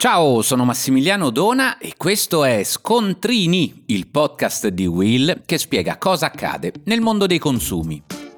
Ciao, sono Massimiliano Dona e questo è Scontrini, il podcast di Will che spiega cosa accade nel mondo dei consumi.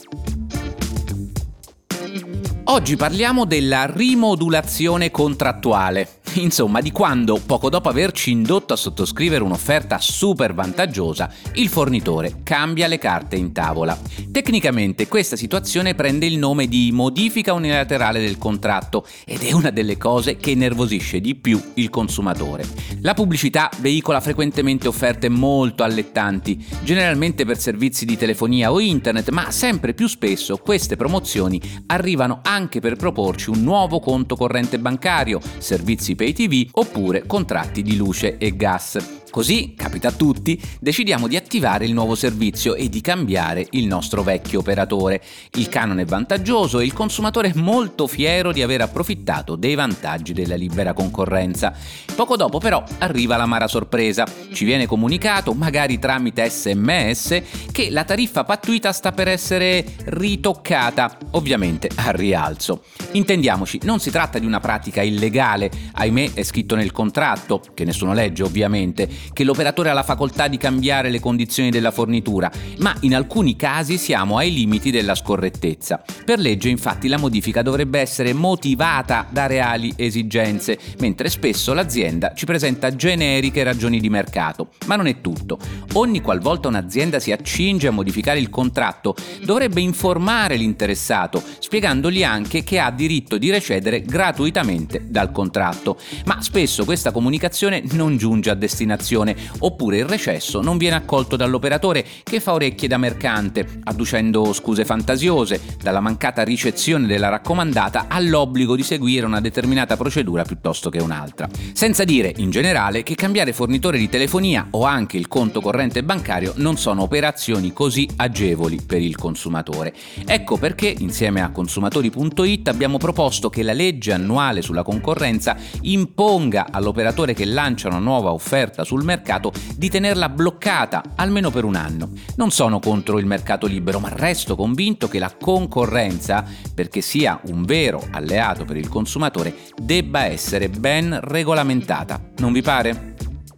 Oggi parliamo della rimodulazione contrattuale. Insomma, di quando, poco dopo averci indotto a sottoscrivere un'offerta super vantaggiosa, il fornitore cambia le carte in tavola. Tecnicamente questa situazione prende il nome di modifica unilaterale del contratto ed è una delle cose che innervosisce di più il consumatore. La pubblicità veicola frequentemente offerte molto allettanti, generalmente per servizi di telefonia o internet, ma sempre più spesso queste promozioni arrivano anche per proporci un nuovo conto corrente bancario, servizi pay TV oppure contratti di luce e gas. Così, capita a tutti, decidiamo di attivare il nuovo servizio e di cambiare il nostro vecchio operatore. Il canone è vantaggioso e il consumatore è molto fiero di aver approfittato dei vantaggi della libera concorrenza. Poco dopo però arriva l'amara sorpresa. Ci viene comunicato, magari tramite SMS, che la tariffa pattuita sta per essere ritoccata, ovviamente al rialzo. Intendiamoci, non si tratta di una pratica illegale, ahimè è scritto nel contratto, che nessuno legge ovviamente, che l'operatore ha la facoltà di cambiare le condizioni della fornitura, ma in alcuni casi siamo ai limiti della scorrettezza. Per legge, infatti, la modifica dovrebbe essere motivata da reali esigenze, mentre spesso l'azienda ci presenta generiche ragioni di mercato. Ma non è tutto. Ogni qualvolta un'azienda si accinge a modificare il contratto, dovrebbe informare l'interessato, spiegandogli anche che ha diritto di recedere gratuitamente dal contratto. Ma spesso questa comunicazione non giunge a destinazione, oppure il recesso non viene accolto dall'operatore che fa orecchie da mercante, adducendo scuse fantasiose, dalla mancata ricezione della raccomandata all'obbligo di seguire una determinata procedura piuttosto che un'altra. Senza dire, in generale, che cambiare fornitore di telefonia o anche il conto corrente bancario non sono operazioni così agevoli per il consumatore. Ecco perché, insieme a consumatori.it, abbiamo proposto che la legge annuale sulla concorrenza imponga all'operatore che lancia una nuova offerta sul mercato di tenerla bloccata almeno per un anno. Non sono contro il mercato libero, ma resto convinto che la concorrenza, perché sia un vero alleato per il consumatore, debba essere ben regolamentata. Non vi pare?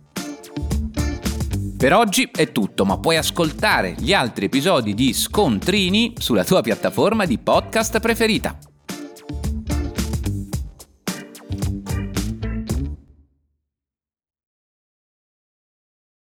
Per oggi è tutto, ma puoi ascoltare gli altri episodi di Scontrini sulla tua piattaforma di podcast preferita.